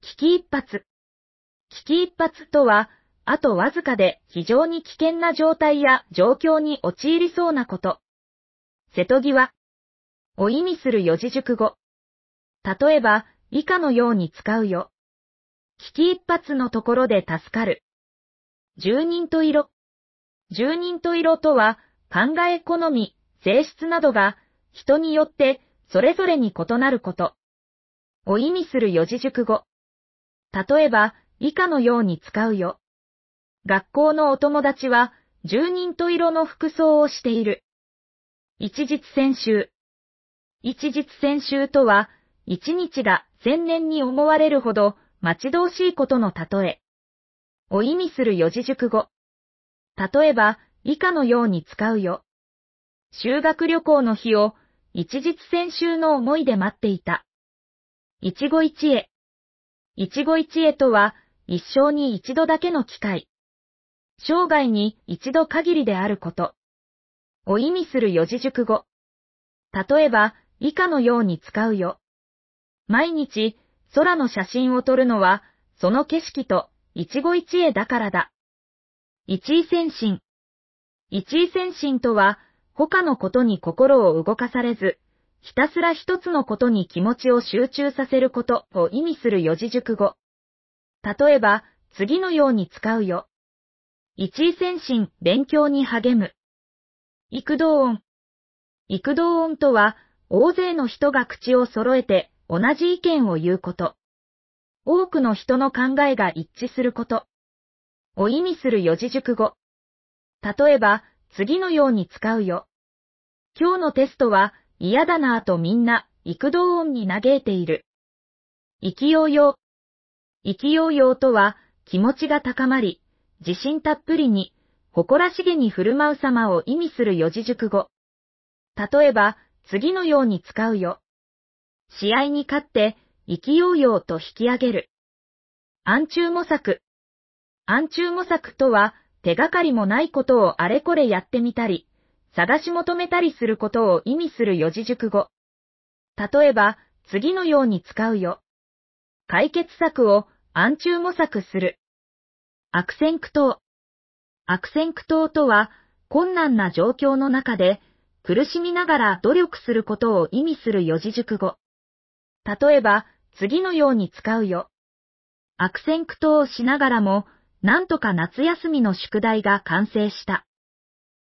危機一髪。危機一髪とは、あとわずかで非常に危険な状態や状況に陥りそうなこと。瀬戸際を意味する四字熟語。例えば、以下のように使うよ。危機一髪のところで助かる。十人十色。十人十色とは、考え好み、性質などが、人によってそれぞれに異なること。を意味する四字熟語。例えば、以下のように使うよ。学校のお友達は、十人十色の服装をしている。一日千秋。一日千秋とは、一日が千年に思われるほど待ち遠しいことの例え。を意味する四字熟語。例えば、以下のように使うよ。修学旅行の日を、一日千秋の思いで待っていた。一期一会。一期一会とは、一生に一度だけの機会。生涯に一度限りであること。を意味する四字熟語。例えば、以下のように使うよ。毎日、空の写真を撮るのは、その景色と一期一会だからだ。一意専心。一意専心とは、他のことに心を動かされず、ひたすら一つのことに気持ちを集中させることを意味する四字熟語。例えば、次のように使うよ。一意専心、勉強に励む。幾同音。幾同音とは、大勢の人が口を揃えて同じ意見を言うこと。多くの人の考えが一致すること。を意味する四字熟語。例えば、次のように使うよ。今日のテストは嫌だなぁとみんな、幾同音に嘆いている。意気揚々。意気揚々とは、気持ちが高まり、自信たっぷりに、誇らしげに振る舞う様を意味する四字熟語。例えば、次のように使うよ。試合に勝って、意気揚々と引き上げる。暗中模索。暗中模索とは、手がかりもないことをあれこれやってみたり、探し求めたりすることを意味する四字熟語。例えば、次のように使うよ。解決策を暗中模索する。悪戦苦闘。悪戦苦闘とは、困難な状況の中で、苦しみながら努力することを意味する四字熟語。例えば、次のように使うよ。悪戦苦闘をしながらも、なんとか夏休みの宿題が完成した。